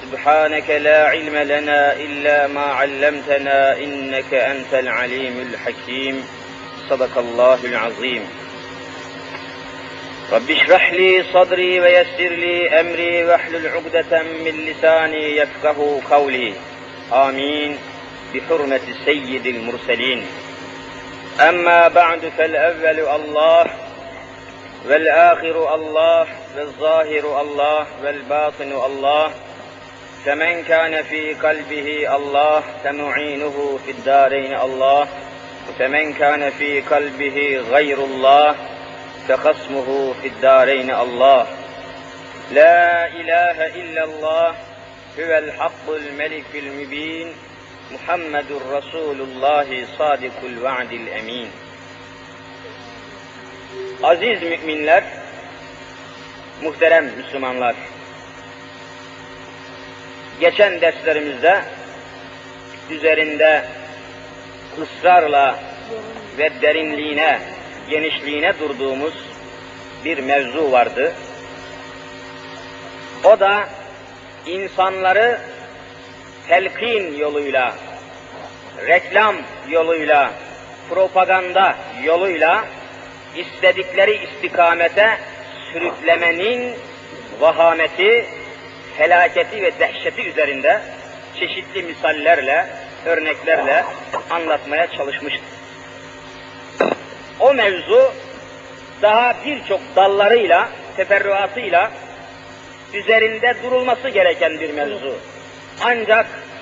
سبحانك لا علم لنا إلا ما علمتنا إنك أنت العليم الحكيم صدق الله العظيم رب اشرح لي صدري ويسر لي أمري واحلل عقدة من لساني يفقه قولي آمين بحرمة سيد المرسلين أما بعد فالأول الله والآخر الله والظاهر الله والباطن الله فمن كان في قلبه الله فمعينه في الدارين الله وفمن كان في قلبه غير الله فخصمه في الدارين الله لا إله إلا الله هو الحق الملك المبين محمد رسول الله صادق الوعد الأمين. Aziz müminler, muhterem Müslümanlar, geçen derslerimizde üzerinde ısrarla ve derinliğine, genişliğine durduğumuz bir mevzu vardı. O da insanları telkin yoluyla, reklam yoluyla, propaganda yoluyla istedikleri istikamete sürüklemenin vahameti, felaketi ve dehşeti üzerinde çeşitli misallerle, örneklerle anlatmaya çalışmıştım. O mevzu daha birçok dallarıyla, teferruatıyla üzerinde durulması gereken bir mevzu. Ancak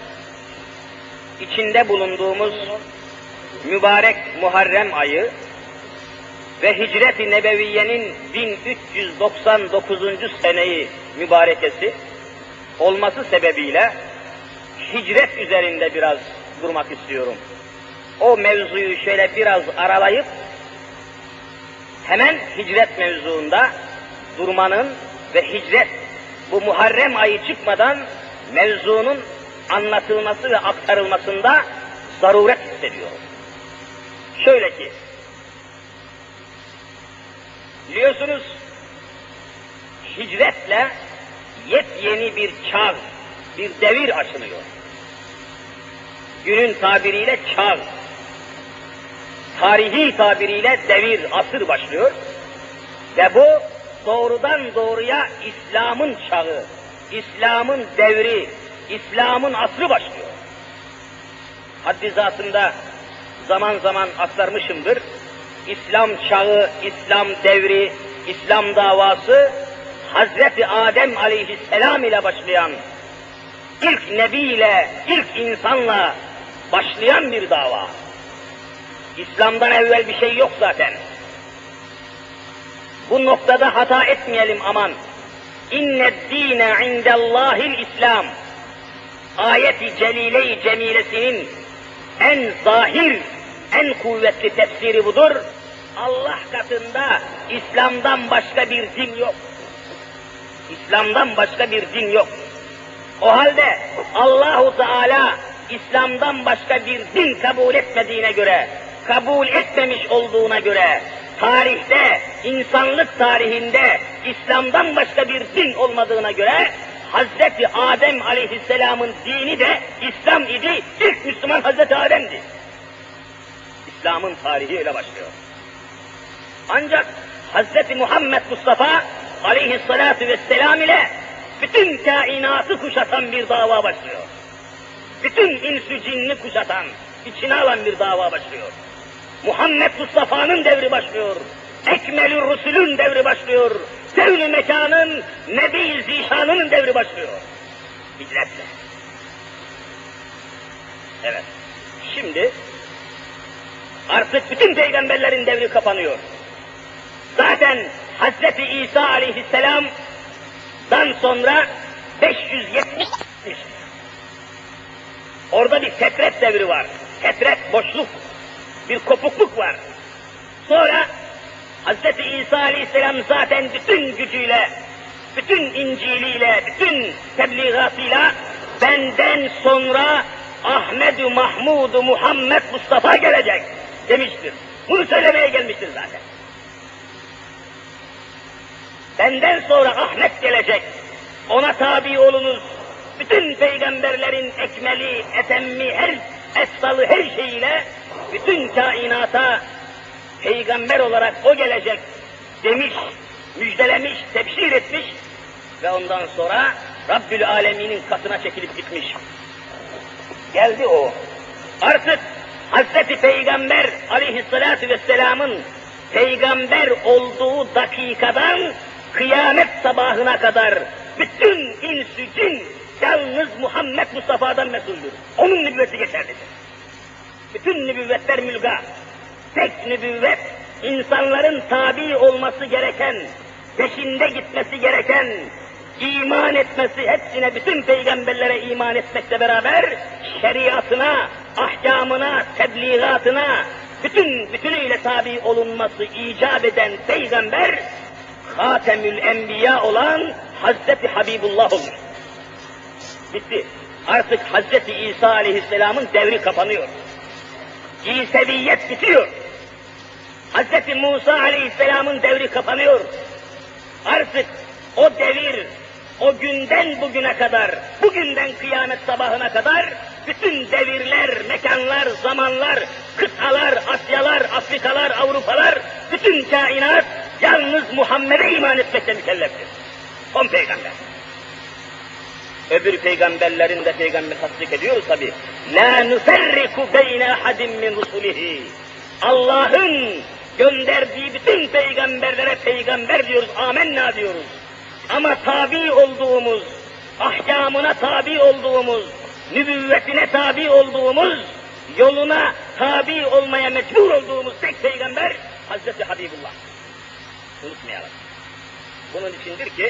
içinde bulunduğumuz mübarek Muharrem ayı ve Hicret-i Nebeviye'nin 1399. seneyi mübarekesi olması sebebiyle hicret üzerinde biraz durmak istiyorum. O mevzuyu şöyle biraz aralayıp hemen hicret mevzuunda durmanın ve hicret bu Muharrem ayı çıkmadan mevzunun anlatılması ve aktarılmasında zaruret hissediyorum. Şöyle ki, biliyorsunuz hicretle yepyeni bir çağ, bir devir açılıyor. Günün tabiriyle çağ, tarihi tabiriyle devir, asır başlıyor. Ve bu doğrudan doğruya İslam'ın çağı, İslam'ın devri, İslam'ın asrı başlıyor. Haddi zatında zaman zaman aktarmışımdır. İslam çağı, İslam devri, İslam davası Hazreti Adem aleyhisselam ile başlayan, ilk nebi ile, ilk insanla başlayan bir dava. İslam'dan evvel bir şey yok zaten. Bu noktada hata etmeyelim aman. İnned-dîne indellâhil İslam. Ayet-i celile-i cemilesinin en zahir, en kuvvetli tefsiri budur. Allah katında İslam'dan başka bir din yok. İslam'dan başka bir din yok. O halde Allahu Teala İslam'dan başka bir din kabul etmediğine göre, kabul etmemiş olduğuna göre, tarihte, insanlık tarihinde İslam'dan başka bir din olmadığına göre, Hazreti Adem aleyhisselamın dini de İslam idi, ilk Müslüman Hazreti Adem'di. İslam'ın tarihi öyle başlıyor. Ancak Hazreti Muhammed Mustafa aleyhissalatu vesselam ile bütün kainatı kuşatan bir dava başlıyor. Bütün insü cinni kuşatan, içine alan bir dava başlıyor. Muhammed Mustafa'nın devri başlıyor. Ekmelü Rusul'ün devri başlıyor. Devri mekanın, Nebi-i Zişan'ın devri başlıyor. Hicretle. Evet. Şimdi artık bütün peygamberlerin devri kapanıyor. Zaten Hazreti İsa aleyhisselam'dan sonra 570 orada bir fetret devri var. Fetret, boşluk, bir kopukluk var. Sonra Hazreti İsa aleyhisselam zaten bütün gücüyle, bütün İncil'iyle, bütün tebliğatıyla benden sonra Ahmed-i Mahmud-u Muhammed Mustafa gelecek demiştir. Bunu söylemeye gelmiştir zaten. Benden sonra Ahmet gelecek, ona tabi olunuz, bütün peygamberlerin ekmeli, etemmi, efsalı her şeyiyle bütün kainata peygamber olarak o gelecek demiş, müjdelemiş, tebşir etmiş ve ondan sonra Rabbül Alemin'in katına çekilip gitmiş. Geldi o. Artık Hazreti Peygamber aleyhissalatu vesselamın peygamber olduğu dakikadan kıyamet sabahına kadar bütün ins-i cin yalnız Muhammed Mustafa'dan mesuldür. Onun nübüvveti geçerlidir. Bütün nübüvvetler mülga. Tek nübüvvet, insanların tabi olması gereken, peşinde gitmesi gereken, iman etmesi, hepsine, bütün peygamberlere iman etmekle beraber, şeriatına, ahkamına, tebliğatına, bütünüyle tabi olunması icap eden peygamber, Hatemül Enbiya olan Hazreti Habibullah olur. Bitti. Artık Hazreti İsa Aleyhisselam'ın devri kapanıyor. İseviyet bitiyor. Hazreti Musa Aleyhisselam'ın devri kapanıyor. Artık o devir, o günden bugüne kadar, bugünden kıyamet sabahına kadar bütün devirler, mekanlar, zamanlar, kıtalar, Asyalar, Afrikalar, Avrupalar, bütün kainat yalnız Muhammed'e iman etmekle mükelleftir. Son peygamber. Öbür peygamberlerin de peygamber tasdik ediyoruz tabi. La nuferriku beyne ahadim min rusulihi. Allah'ın gönderdiği bütün peygamberlere peygamber diyoruz, amenna diyoruz. Ama tabi olduğumuz, ahkamına tabi olduğumuz, nübüvvetine tabi olduğumuz, yoluna tabi olmaya mecbur olduğumuz tek peygamber Hazreti Habibullah. Unutmayalım. Bunun içindir ki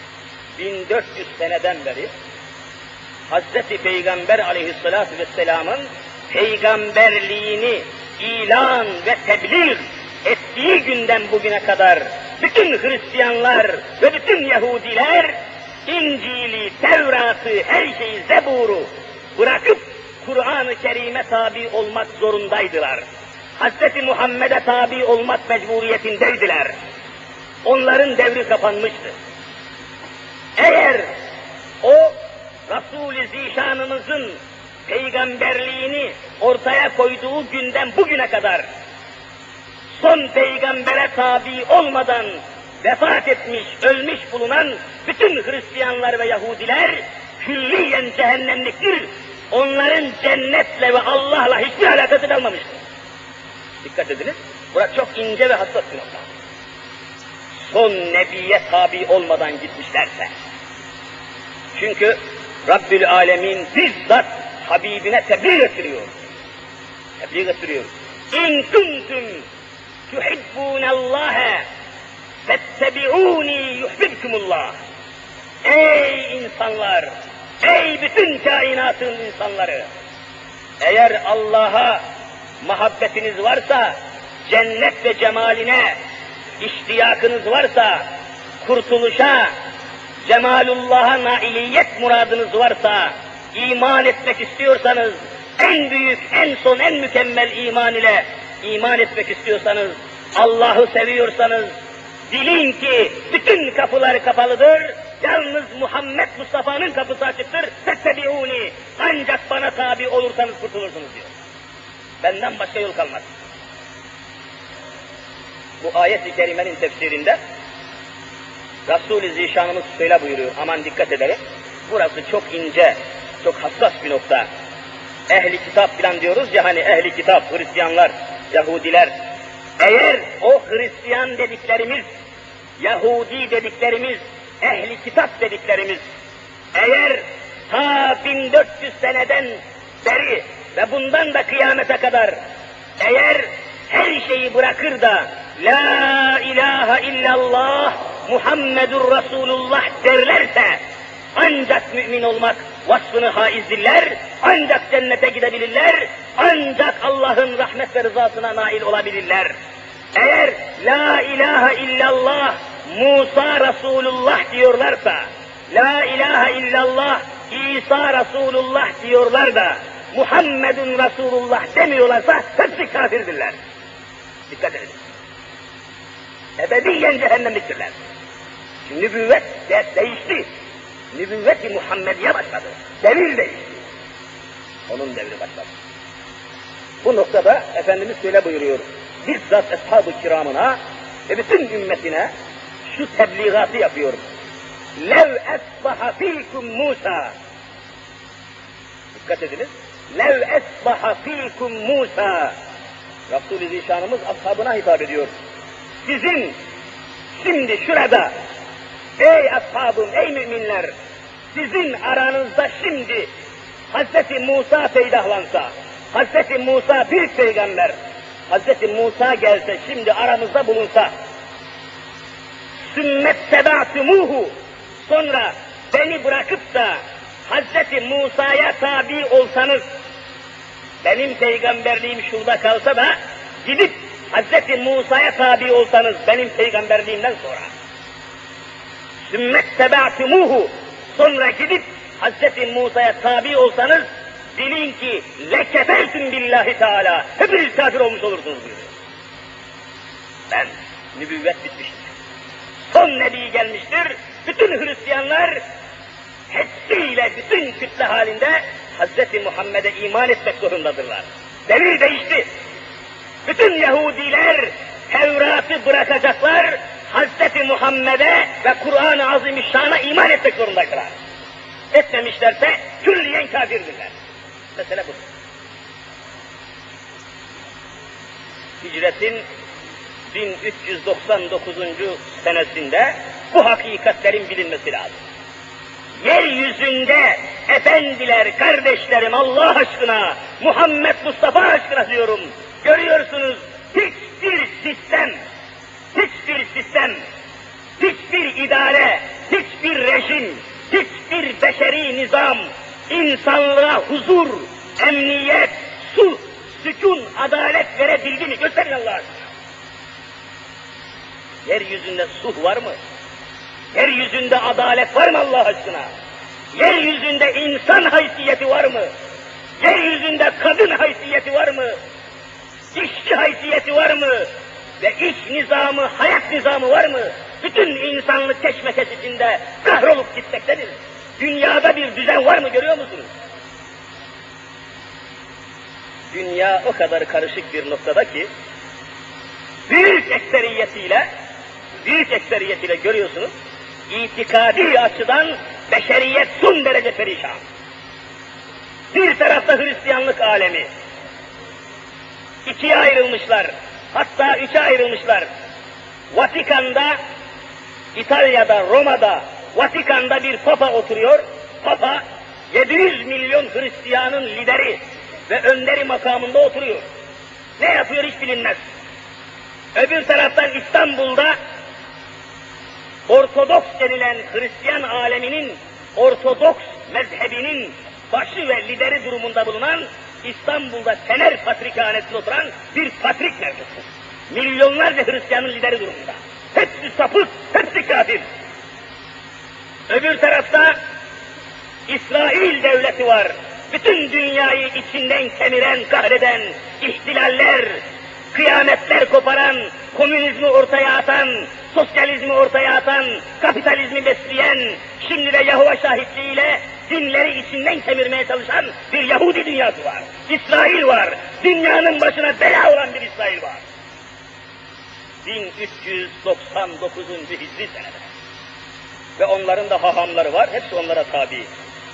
1400 seneden beri Hazreti Peygamber aleyhissalatu vesselamın peygamberliğini ilan ve tebliğ ettiği günden bugüne kadar bütün Hristiyanlar ve bütün Yahudiler İncil'i, Tevrat'ı, her şeyi, Zebur'u bırakıp Kur'an-ı Kerim'e tabi olmak zorundaydılar. Hazreti Muhammed'e tabi olmak mecburiyetindeydiler. Onların devri kapanmıştı. Eğer o Resul-i Zişanımızın peygamberliğini ortaya koyduğu günden bugüne kadar son peygambere tabi olmadan vefat etmiş, ölmüş bulunan bütün Hristiyanlar ve Yahudiler külliyen cehennemliktir. Onların cennetle ve Allah'la hiçbir alakası kalmamıştır. Dikkat ediniz, burası çok ince ve hassas bir nokta. Son nebiye tabi olmadan gitmişlerse. Çünkü Rabbül Alemin bizzat Habibine tebliğ ettiriyor. Tebliğ ettiriyor. İn kuntum tuhibbûnallâhe fettebi'ûnî yuhbibkumullah. Ey insanlar! Ey bütün kainatın insanları! Eğer Allah'a muhabbetiniz varsa, cennet ve cemaline iştiyakınız varsa, kurtuluşa, cemalullah'a nailiyet muradınız varsa, iman etmek istiyorsanız, en büyük, en son, en mükemmel iman ile iman etmek istiyorsanız, Allah'ı seviyorsanız, bilin ki bütün kapılar kapalıdır, yalnız Muhammed Mustafa'nın kapısı açıktır. Fettebi'ûni, ancak bana tabi olursanız kurtulursunuz diyor. Benden başka yol kalmaz. Bu ayet-i kerimenin tefsirinde Resul-i Zişanımız şöyle buyuruyor, aman dikkat edelim. Burası çok ince, çok hassas bir nokta. Ehli kitap falan diyoruz ya, hani ehli kitap, Hristiyanlar, Yahudiler. Eğer o Hristiyan dediklerimiz, Yahudi dediklerimiz, ehli kitap dediklerimiz, eğer ta 1400 seneden beri ve bundan da kıyamete kadar eğer her şeyi bırakır da La ilahe illallah Muhammedur Resulullah derlerse ancak mümin olmak vasfını haizdirler, ancak cennete gidebilirler, ancak Allah'ın rahmet ve rızasına nail olabilirler. Eğer La ilahe illallah Musa Resulullah diyorlarsa, La ilahe illallah İsa Resulullah diyorlar da Muhammedun Resulullah demiyorlarsa hepsi kafirdirler. Dikkat edin. Ebediyen cehennemliktirler. Çünkü nübüvvet değişti. Nübüvvet-i Muhammediye başladı. Devir değişti. Onun devri başladı. Bu noktada Efendimiz şöyle buyuruyor. Bizzat Eshab-ı Kiramına ve bütün ümmetine şu tebliğatı yapıyor. Lev esbaha fikum Musa. Dikkat ediniz. Lev esbaha fikum Musa. Resul-i Zişanımız ashabına hitap ediyor. Sizin şimdi şurada, ey ashabım, ey müminler, sizin aranızda şimdi Hazreti Musa peydahlansa, Hazreti Musa büyük peygamber, Hazreti Musa gelse şimdi aramızda bulunsa, sümmet seba'tumuhu, sonra beni bırakıp da Hazreti Musa'ya tabi olsanız, benim peygamberliğim şurada kalsa da gidip Hazreti Musa'ya tabi olsanız benim peygamberliğimden sonra, sümmet seba'tumuhu, sonra gidip Hazreti Musa'ya tabi olsanız, bilin ki lekefertüm billahi teala, hepiniz kafir olmuş olursunuz diyor. Ben, nübüvvet bitmiştir. Son nebi gelmiştir, bütün Hristiyanlar hepsiyle bütün kütle halinde Hazreti Muhammed'e iman etmek zorundadırlar. Devir değişti. Bütün Yahudiler Tevrat'ı bırakacaklar, Hazreti Muhammed'e ve Kur'an-ı Azimüşşan'a iman etmek zorundaydılar. Etmemişlerse külliyen kafirdirler. Mesele bu. Hicretin 1399. senesinde bu hakikatlerin bilinmesi lazım. Yeryüzünde efendiler, kardeşlerim, Allah aşkına, Muhammed Mustafa aşkına diyorum, görüyorsunuz hiçbir sistem, hiçbir idare, hiçbir rejim, hiçbir beşeri nizam, insanlığa huzur, emniyet, sulh, sükun, adalet verebildi mi? Gösterin Allah aşkına. Yeryüzünde sulh var mı? Yeryüzünde adalet var mı Allah aşkına? Yeryüzünde insan haysiyeti var mı? Yeryüzünde kadın haysiyeti var mı? İşçi haysiyeti var mı? Ve iş nizamı, hayat nizamı var mı? Bütün insanlık keşmekeş içinde kahrolup gitmektedir. Dünyada bir düzen var mı görüyor musunuz? Dünya o kadar karışık bir noktada ki, büyük ekseriyetiyle görüyorsunuz, itikadi açıdan beşeriyet son derece perişan. Bir tarafta Hristiyanlık alemi, ikiye ayrılmışlar, hatta üçe ayrılmışlar. Vatikan'da, İtalya'da, Roma'da, Vatikan'da bir papa oturuyor. Papa, 700 milyon Hristiyanın lideri ve önderi makamında oturuyor. Ne yapıyor hiç bilinmez. Öbür taraftan İstanbul'da, Ortodoks denilen Hristiyan aleminin, Ortodoks mezhebinin başı ve lideri durumunda bulunan, İstanbul'da Fener Patrikhanesi'nde oturan bir patrik mevcuttur. Milyonlarca Hristiyanın lideri durumunda. Hepsi sapık, hepsi kafir. Öbür tarafta İsrail devleti var. Bütün dünyayı içinden kemiren, kahreden, ihtilaller, kıyametler koparan, komünizmi ortaya atan, sosyalizmi ortaya atan, kapitalizmi besleyen, şimdi de Yahova şahitliğiyle dinleri içinden kemirmeye çalışan bir Yahudi dünyası var. İsrail var. Dünyanın başına bela olan bir İsrail var. 1399. Hicri senede. Ve onların da hahamları var, hepsi onlara tabi.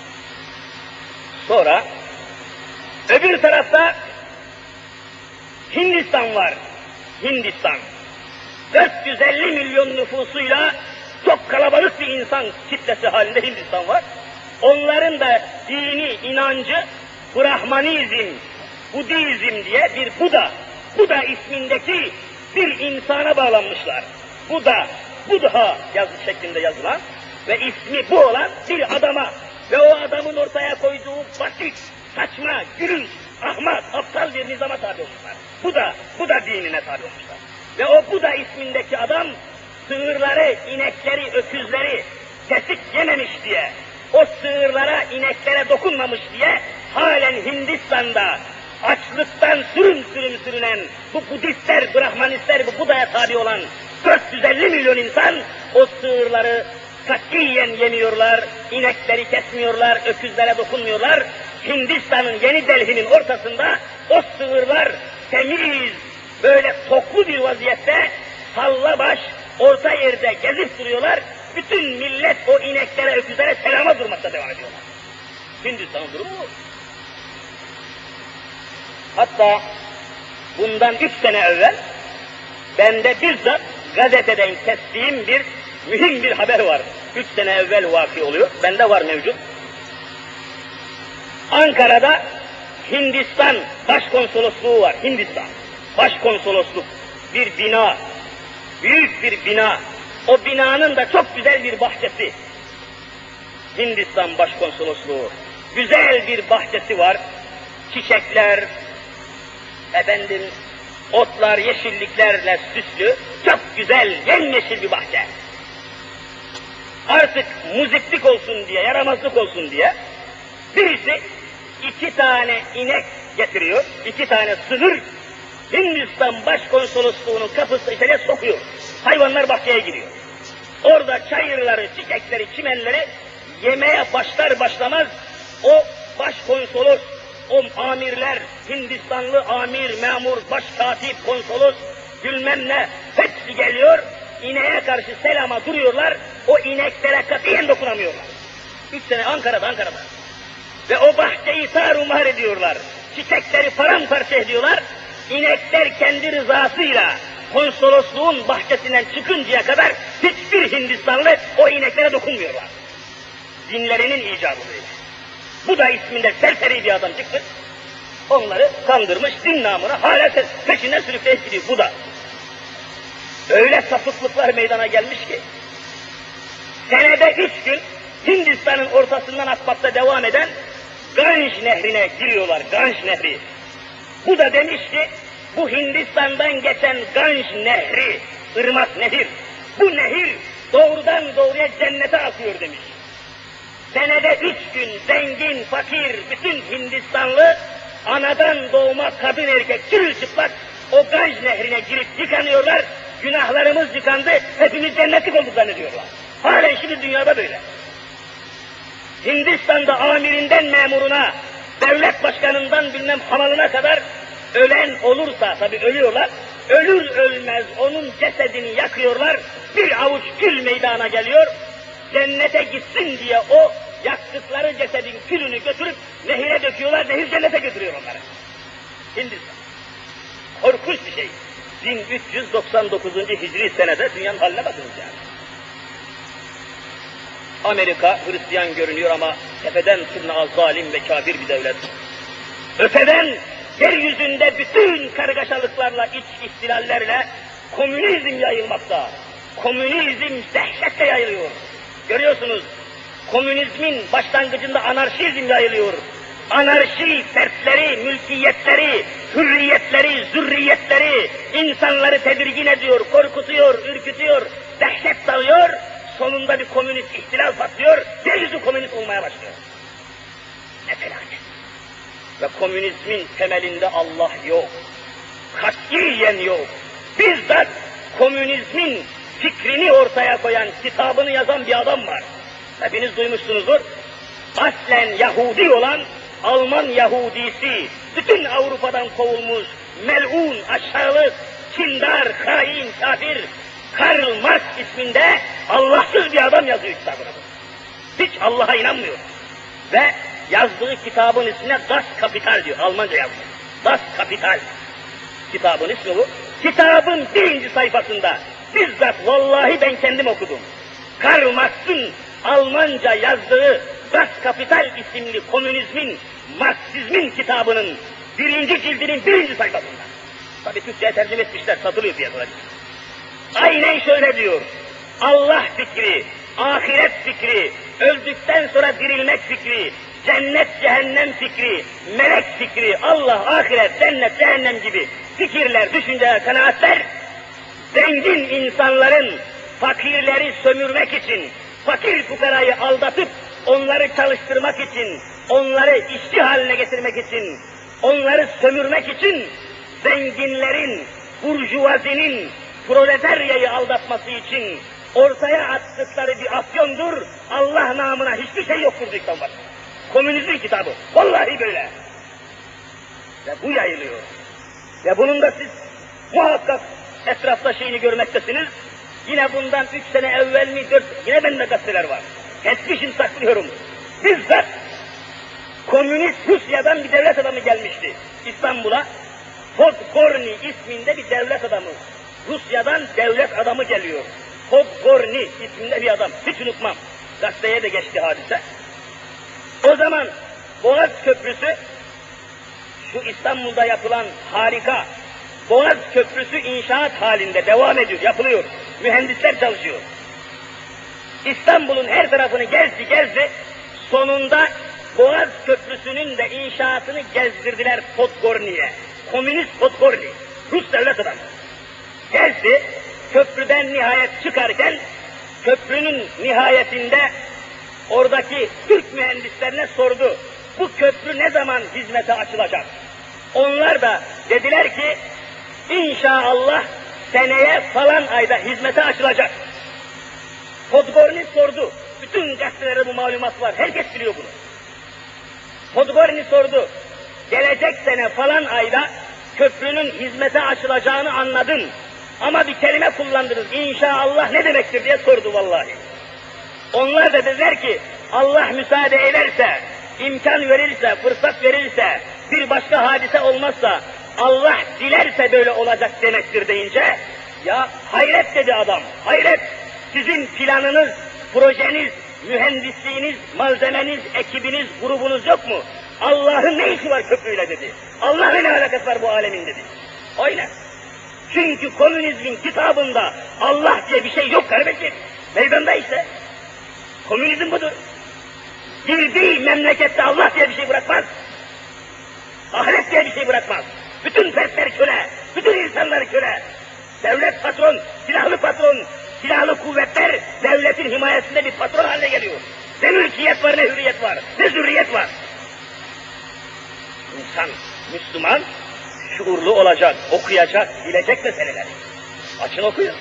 Sonra, öbür tarafta Hindistan var. Hindistan. 450 milyon nüfusuyla çok kalabalık bir insan kitlesi halinde Hindistan var. Onların da dini, inancı Brahmanizm, Budizm diye bir Buda ismindeki bir insana bağlanmışlar. Buddha yazı şeklinde yazılan ve ismi bu olan bir adama ve o adamın ortaya koyduğu basit, saçma, gülünç, ahmak, aptal bir nizama tabi olmuşlar. Buda dinine tabi olmuşlar. Ve o Buda ismindeki adam sığırları, inekleri, öküzleri kesip yememiş diye, o sığırlara, ineklere dokunmamış diye halen Hindistan'da açlıktan sürünen bu Budistler, Brahmanistler, bu Buda'ya tabi olan 450 milyon insan o sığırları katiyen yemiyorlar, inekleri kesmiyorlar, öküzlere dokunmuyorlar. Hindistan'ın Yeni Delhi'nin ortasında o sığırlar temiz, böyle toklu bir vaziyette salla baş, orta yerde gezip duruyorlar. Bütün millet o ineklere, öküzlere selama durmakta devam ediyorlar. Hindistan'ın durumu bu. Hatta bundan 3 sene evvel bende bizzat gazeteden kestiğim bir mühim bir haber var. 3 sene evvel vakı oluyor. Bende var mevcut. Ankara'da Hindistan Başkonsolosluğu var. Hindistan Başkonsolosluk. Bir bina. Büyük bir bina. O binanın da çok güzel bir bahçesi. Hindistan Başkonsolosluğu. Güzel bir bahçesi var. Çiçekler, otlar, yeşilliklerle süslü, çok güzel, yemyeşil bir bahçe. Artık muziplik olsun diye, yaramazlık olsun diye, birisi 2 tane inek getiriyor, 2 tane sığır, Hindistan Başkonsolosluğu'nun kapısı içine sokuyor. Hayvanlar bahçeye giriyor. Orada çayırları, çiçekleri, çimenleri yemeye başlar başlamaz, o başkonsolos, o amirler, Hindistanlı amir, memur, başkatip, konsolos, bilmem ne, hepsi geliyor, ineğe karşı selama duruyorlar, o ineklere katiyen dokunamıyorlar. 3 sene Ankara'da. Ve o bahçeyi tarumar ediyorlar, çiçekleri paramparça ediyorlar, inekler kendi rızasıyla konsolosluğun bahçesinden çıkıncaya kadar hiçbir Hindistanlı o ineklere dokunmuyorlar. Dinlerinin icabı böyle. Bu da isminde serseri bir adam çıktı. Onları kandırmış, din namına hala peşinden sürükleyip gidiyor. Bu da. Öyle sapıklıklar meydana gelmiş ki, senede 3 gün Hindistan'ın ortasından akmakta devam eden Ganj Nehri'ne giriyorlar, Ganj Nehri. Bu da demiş ki, bu Hindistan'dan geçen Ganj Nehri, ırmak nehir, bu nehir doğrudan doğruya cennete akıyor demiş. Senede 3 gün zengin, fakir, bütün Hindistanlı, anadan doğma kadın erkek çırılçıplak o Ganj Nehri'ne girip yıkanıyorlar, günahlarımız yıkandı, hepimiz cennetlik olduk zannediyorlar. Halen şimdi dünyada böyle. Hindistan'da amirinden memuruna, devlet başkanından bilmem hamalına kadar ölen olursa, tabi ölüyorlar, ölür ölmez onun cesedini yakıyorlar, bir avuç kül meydana geliyor, cennete gitsin diye o yaktıkları cesedin külünü götürüp nehire döküyorlar, nehir cennete götürüyor onları. Hindistan. Korkunç bir şey. 1399. Hicri senede dünyanın haline bakınız yani. Amerika Hristiyan görünüyor ama tepeden tırnağa zalim ve kafir bir devlet. Öteden yeryüzünde bütün kargaşalıklarla, iç ihtilallerle komünizm yayılmakta. Komünizm dehşetle yayılıyor. Görüyorsunuz, komünizmin başlangıcında anarşizm yayılıyor. Anarşi fertleri, mülkiyetleri, hürriyetleri, zürriyetleri, insanları tedirgin ediyor, korkutuyor, ürkütüyor, dehşet salıyor. Sonunda bir komünist ihtilal patlıyor, yeryüzü komünist olmaya başlıyor. Ne felaket. Ve komünizmin temelinde Allah yok. Katiyen yok. Bizzat komünizmin fikrini ortaya koyan, kitabını yazan bir adam var. Hepiniz duymuşsunuzdur. Aslen Yahudi olan Alman Yahudisi, bütün Avrupa'dan kovulmuş, melun, aşağılık, kindar, hain, kafir, Karl Marx isminde Allahsız bir adam yazıyor kitabını. Hiç Allah'a inanmıyor. Ve yazdığı kitabın ismine Das Kapital diyor, Almanca yazmış. Das Kapital. Kitabın ismi bu. Kitabın 1. sayfasında bizzat vallahi ben kendim okudum. Karl Marx'ın Almanca yazdığı Das Kapital isimli komünizmin, Marksizmin kitabının 1. cildinin 1. sayfasında. Tabi Türkçe'ye tercüme etmişler, satılıyor piyasada. Aynen şöyle diyor, Allah fikri, ahiret fikri, öldükten sonra dirilmek fikri, cennet cehennem fikri, melek fikri, Allah, ahiret, cennet, cehennem gibi fikirler, düşünceler, kanaatler, zengin insanların fakirleri sömürmek için, fakir fukarayı aldatıp onları çalıştırmak için, onları işçi haline getirmek için, onları sömürmek için zenginlerin, burjuvazinin, proletaryayı aldatması için, ortaya attıkları bir afyondur, Allah namına hiçbir şey yoktur bu İslam var. Komünizmin kitabı, vallahi böyle. Ve bu yayılıyor. Ve bunun da siz muhakkak etrafta şeyini görmektesiniz. Yine bundan 3 sene evvel mi, 4, yine bende gazeteler var. Etmişim, saklıyorum. Bizzat komünist Rusya'dan bir devlet adamı gelmişti İstanbul'a. Podgorny isminde bir devlet adamı. Rusya'dan devlet adamı geliyor. Podgorny isminde bir adam. Hiç unutmam. Gazeteye de geçti hadise. O zaman Boğaz Köprüsü, şu İstanbul'da yapılan harika Boğaz Köprüsü inşaat halinde devam ediyor, yapılıyor. Mühendisler çalışıyor. İstanbul'un her tarafını gezdi, sonunda Boğaz Köprüsü'nün de inşaatını gezdirdiler Podgorny'ye. Komünist Podgorny, Rus devlet adamı. Gezdi, köprüden nihayet çıkarken, köprünün nihayetinde oradaki Türk mühendislerine sordu, bu köprü ne zaman hizmete açılacak? Onlar da dediler ki, İnşallah seneye falan ayda hizmete açılacak. Podgorny sordu. Bütün gazetelerde bu malumat var. Herkes biliyor bunu. Podgorny sordu. Gelecek sene falan ayda köprünün hizmete açılacağını anladım. Ama bir kelime kullandınız. İnşallah ne demektir diye sordu vallahi. Onlar da dediler ki Allah müsaade ederse, imkan verirse, fırsat verirse, bir başka hadise olmazsa, Allah dilerse böyle olacak demektir deyince, ya hayret dedi adam, hayret! Sizin planınız, projeniz, mühendisliğiniz, malzemeniz, ekibiniz, grubunuz yok mu? Allah'ın ne işi var köprüyle dedi. Allah'ın ne alakası var bu alemin dedi. Öyle. Çünkü komünizmin kitabında Allah diye bir şey yok kardeşim. Meydanda işte. Komünizm budur. Girdiği memlekette Allah diye bir şey bırakmaz. Ahiret diye bir şey bırakmaz. Bütün fertler köle, bütün insanlar köle. Devlet patron, silahlı kuvvetler devletin himayesinde bir patron haline geliyor. Ne mülkiyet var, ne hürriyet var, ne zürriyet var. İnsan, Müslüman, şuurlu olacak, okuyacak, bilecek meseleleri. Açın okuyun.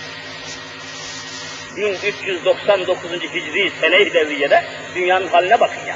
1399. Hicri sene-i devriyede dünyanın haline bakın yani.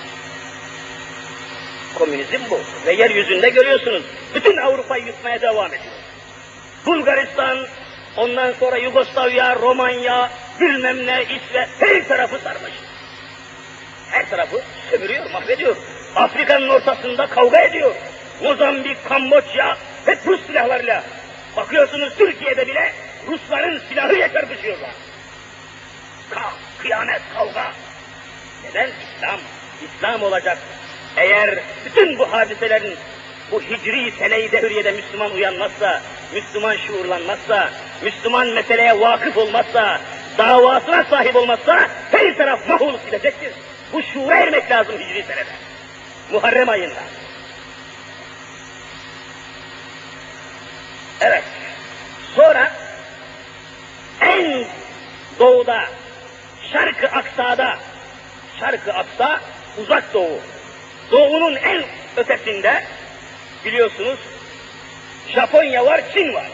Komünizm bu. Ve yeryüzünde görüyorsunuz, bütün Avrupa'yı yutmaya devam ediyor. Bulgaristan, ondan sonra Yugoslavya, Romanya, bilmem ne, İsveç, her tarafı sarmış. Her tarafı sömürüyor, mahvediyor. Afrika'nın ortasında kavga ediyor. Mozambik, Kamboçya, hep Rus silahlarıyla. Bakıyorsunuz Türkiye'de bile Rusların silahıyla çarpışıyorlar. Kıyamet, kavga. Neden? İslam olacak. Eğer bütün bu hadiselerin bu hicri sene-i devriyede Müslüman uyanmazsa, Müslüman şuurlanmazsa, Müslüman meseleye vakıf olmazsa, davasına sahip olmazsa her taraf mahvolup gidecektir. Bu şuura ermek lazım hicri senede. Muharrem ayında. Evet. Sonra en doğuda, Şark-ı Aksa'da, Şark-ı Aksa uzak doğu. Doğunun en ötesinde biliyorsunuz Japonya var, Çin var.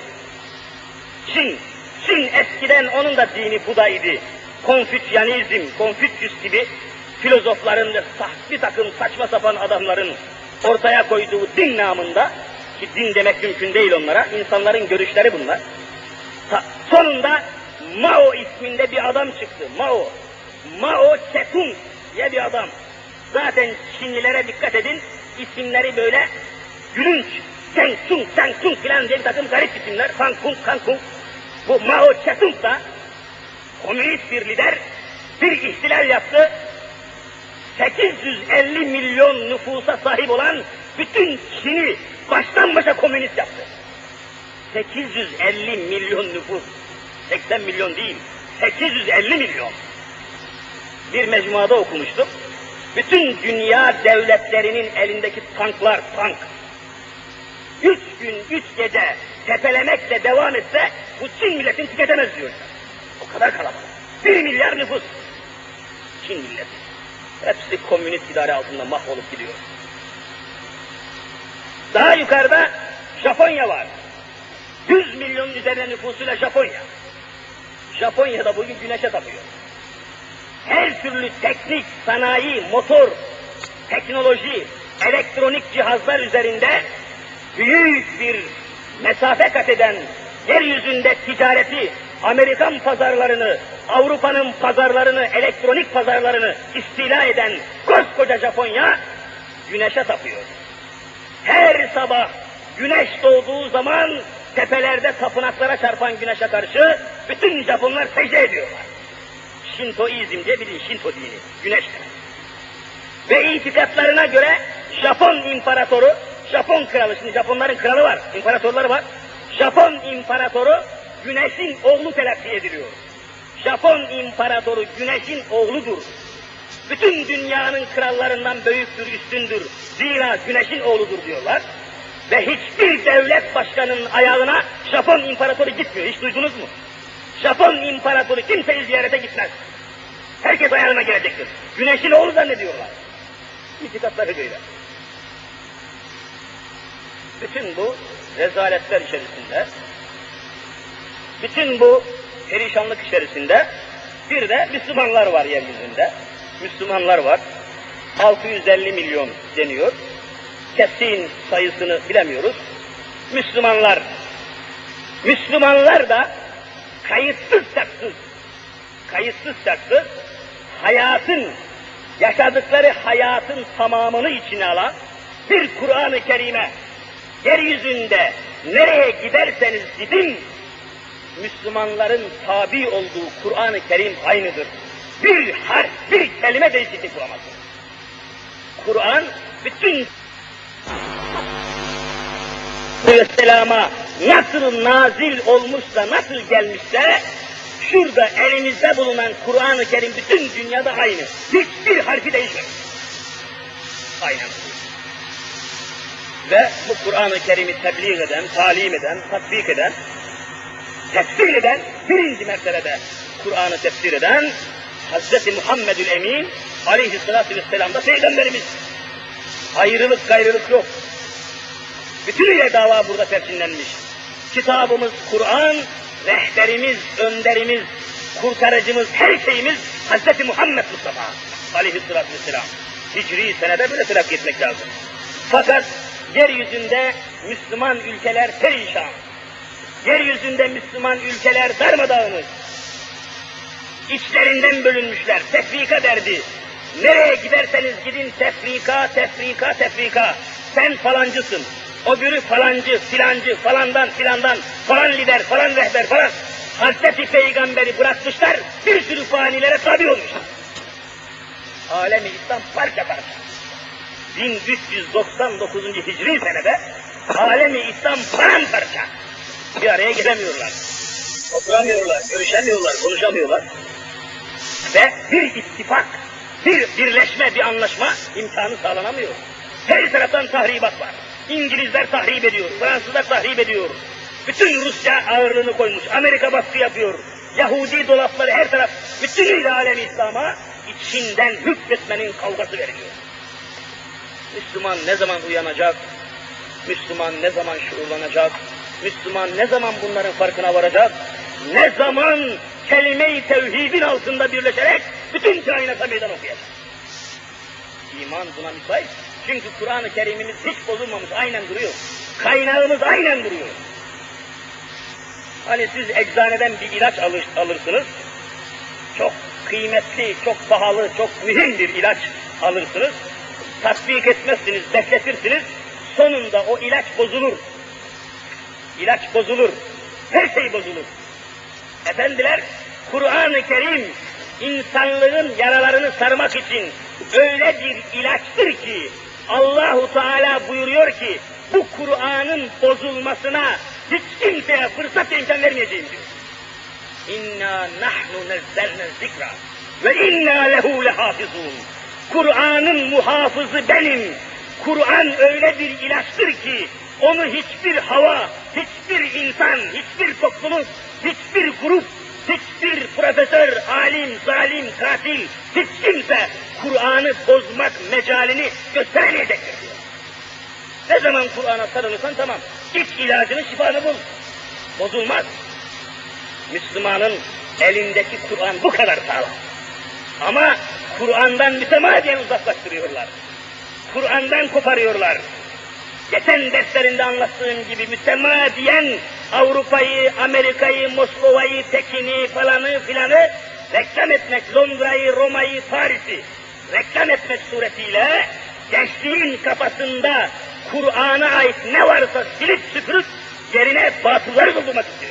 Çin eskiden onun da dini Buda'ydı. Konfüçyanizm, Konfüçyüs gibi filozofların ve bir takım saçma sapan adamların ortaya koyduğu din namında, ki din demek mümkün değil onlara, insanların görüşleri bunlar. Sonunda Mao isminde bir adam çıktı. Mao Tse-tung diye bir adam. Zaten Çinlilere dikkat edin, isimleri böyle gülünç, Cheng Chung filan diye bir takım garip isimler, Kang Kung. Bu Mao Tse-tung da komünist bir lider, bir ihtilal yaptı. 850 milyon nüfusa sahip olan bütün Çin'i baştan başa komünist yaptı. 850 milyon nüfus, 80 milyon değil, 850 milyon. Bir mecmuada okumuştum. Bütün dünya devletlerinin elindeki tanklar, 3 gün, 3 gece tepelemekle devam etse, bu Çin milletin tüketemez diyor. O kadar kalabalık. 1 milyar nüfus. Çin milleti. Hepsi komünist idare altında mahvolup gidiyor. Daha yukarıda Japonya var. 100 milyon üzerine nüfusuyla Japonya. Japonya'da bugün güneşe tapıyor. Her türlü teknik, sanayi, motor, teknoloji, elektronik cihazlar üzerinde büyük bir mesafe kat eden, yeryüzünde ticareti, Amerikan pazarlarını, Avrupa'nın pazarlarını, elektronik pazarlarını istila eden koskoca Japonya, güneşe tapıyor. Her sabah güneş doğduğu zaman tepelerde tapınaklara çarpan güneşe karşı bütün Japonlar secde ediyorlar. Şintoizm diye bir Şinto dini, güneşte. Ve itikatlarına göre Japon imparatoru, Japon kralı, şimdi Japonların kralı var, imparatorları var. Japon imparatoru güneşin oğlu telakki ediliyor. Japon imparatoru güneşin oğludur. Bütün dünyanın krallarından büyüktür, üstündür. Zira güneşin oğludur diyorlar. Ve hiçbir devlet başkanının ayağına Japon imparatoru gitmiyor. Hiç duydunuz mu? Japon imparatoru kimseyi ziyarete gitmez. Herkes ayağına gelecektir. Güneşin oğlu zannediyorlar. İtikatları böyle. Bütün bu rezaletler içerisinde, bütün bu perişanlık içerisinde bir de Müslümanlar var yeryüzünde. Müslümanlar var. 650 milyon deniyor. Kesin sayısını bilemiyoruz. Müslümanlar da kayıtsız şartsız yaşadıkları hayatın tamamını içine alan bir Kur'an-ı Kerim'e, yeryüzünde nereye giderseniz gidin, Müslümanların tabi olduğu Kur'an-ı Kerim aynıdır. Bir harf, bir kelime değişiklik bulamazsınız. Kur'an bütün Aleyhisselam'a nasıl nazil olmuşsa, nasıl gelmişse, şurada elimizde bulunan Kur'an-ı Kerim bütün dünyada aynı. Hiçbir harfi değişmemiş. Aynen. Ve bu Kur'an-ı Kerim'i tebliğ eden, talim eden, tatbik eden, tefsir eden, birinci mertebede Kur'an'ı tefsir eden Hz. Muhammedül Emin aleyhissalatü vesselam da Peygamberimiz. Ayrılık gayrılık yok. Bütünüyle dava burada perçinlenmiş. Kitabımız Kur'an, rehberimiz, önderimiz, kurtarıcımız, her şeyimiz Hz. Muhammed Mustafa aleyhissalatü vesselam. Hicri senede böyle telakki etmek lazım. Fakat yeryüzünde Müslüman ülkeler perişan. Yeryüzünde Müslüman ülkeler darmadağınık. İçlerinden bölünmüşler, tefrika derdi. Nereye giderseniz gidin tefrika. Sen falancısın, öbürü falancı, filancı, falandan, falan lider, falan rehber, falan. Hazreti Peygamber'i bırakmışlar, bir sürü fanilere tabi olmuşlar. Alem-i İslam parça parça. 1399. Hicri senede alem-i İslam paramparça. Bir araya gelemiyorlar. Oturamıyorlar, görüşemiyorlar, konuşamıyorlar. Ve bir ittifak, bir birleşme, bir anlaşma imkanı sağlanamıyor. Her taraftan tahribat var. İngilizler tahrip ediyor, Fransızlar tahrip ediyor. Bütün Rusya ağırlığını koymuş, Amerika baskı yapıyor. Yahudi dolapları her taraf, bütünüyle alem-i İslam'a içinden hükmetmenin kavgası veriliyor. Müslüman ne zaman uyanacak? Müslüman ne zaman şuurlanacak? Müslüman ne zaman bunların farkına varacak? Ne zaman kelime-i tevhidin altında birleşerek bütün kainata meydan okuyacak? İman buna müsait. Çünkü Kur'an-ı Kerim'imiz hiç bozulmamış, aynen duruyor. Kaynağımız aynen duruyor. Hani siz eczaneden bir ilaç alırsınız, çok kıymetli, çok pahalı, çok mühim bir ilaç alırsınız, tatbik etmezsiniz, bekletirsiniz, sonunda o ilaç bozulur. İlaç bozulur, her şey bozulur. Efendiler, Kur'an-ı Kerim insanlığın yaralarını sarmak için öyle bir ilaçtır ki Allahu Teala buyuruyor ki bu Kur'an'ın bozulmasına hiç kimseye fırsat imkan vermeyeceğim diyor. İnna nahnu nezzelne zikra ve inna lehu lehafizun. Kur'an'ın muhafızı benim. Kur'an öyle bir ilaçtır ki onu hiçbir hava, hiçbir insan, hiçbir topluluk, hiçbir grup, hiçbir profesör, alim, zalim, katil, hiç kimse Kur'an'ı bozmak mecalini gösteremeyecektir diyor. Ne zaman Kur'an'a sarılırsan tamam, iç ilacını, şifanı bul. Bozulmaz. Müslümanın elindeki Kur'an bu kadar sağlam. Ama Kur'an'dan mütemadiyen uzaklaştırıyorlar. Kur'an'dan koparıyorlar. Geçen derslerinde anlattığım gibi mütemadiyen Avrupa'yı, Amerika'yı, Moskova'yı, Pekin'i falanı filanı reklam etmek, Londra'yı, Roma'yı, Paris'i reklam etmek suretiyle gençliğin kafasında Kur'an'a ait ne varsa silip süpürüp yerine batılları doldurmak istiyor.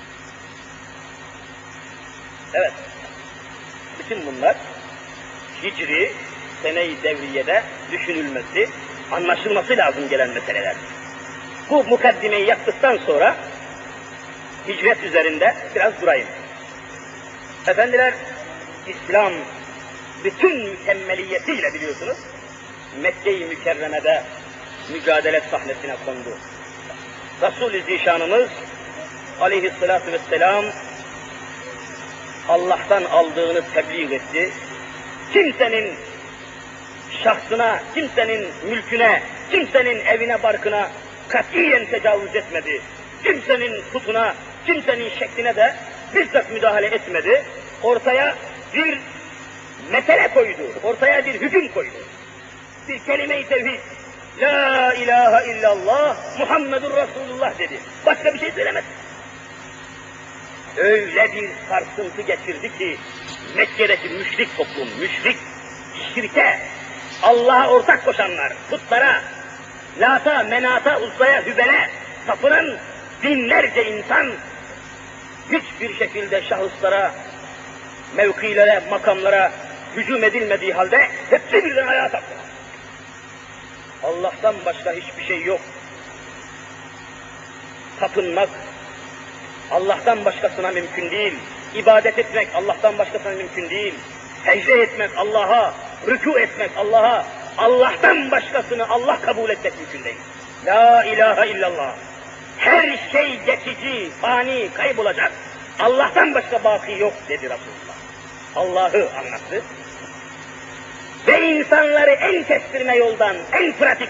Evet, bütün bunlar Hicri sene-i devriyede düşünülmesi, anlaşılması lazım gelen meseleler. Bu mukaddimeyi yaptıktan sonra hicret üzerinde biraz durayım. Efendiler, İslam bütün mükemmeliyetiyle biliyorsunuz Mekke-i Mükerreme'de mücadele sahnesine kondu. Resul-i Zişanımız aleyhissalatu vesselam Allah'tan aldığını tebliğ etti. Kimsenin şahsına, kimsenin mülküne, kimsenin evine, barkına katiyen tecavüz etmedi. Kimsenin putuna, kimsenin şekline de bizzat müdahale etmedi. Ortaya bir mesele koydu, ortaya bir hüküm koydu. Bir kelime-i tevhid. La ilahe illallah Muhammedur Resulullah dedi. Başka bir şey söylemedi. Öyle bir sarsıntı geçirdi ki Mekke'deki müşrik toplum, müşrik, şirke, Allah'a ortak koşanlar, putlara, Lata, Menata, Uzza'ya, Hübel'e tapınan binlerce insan hiçbir şekilde şahıslara, mevkilere, makamlara hücum edilmediği halde hepsi birden ayağa kalktılar. Allah'tan başka hiçbir şey yok. Tapınmak Allah'tan başkasına mümkün değil. İbadet etmek Allah'tan başkasına mümkün değil. Secde etmek Allah'a, rükû etmek Allah'a, Allah'tan başkasını Allah kabul etmek mümkün değil. La ilahe illallah. Her şey geçici, fani, kaybolacak. Allah'tan başka baki yok dedi Resulullah. Allah'ı anlattı. Ve insanları en kestirme yoldan, en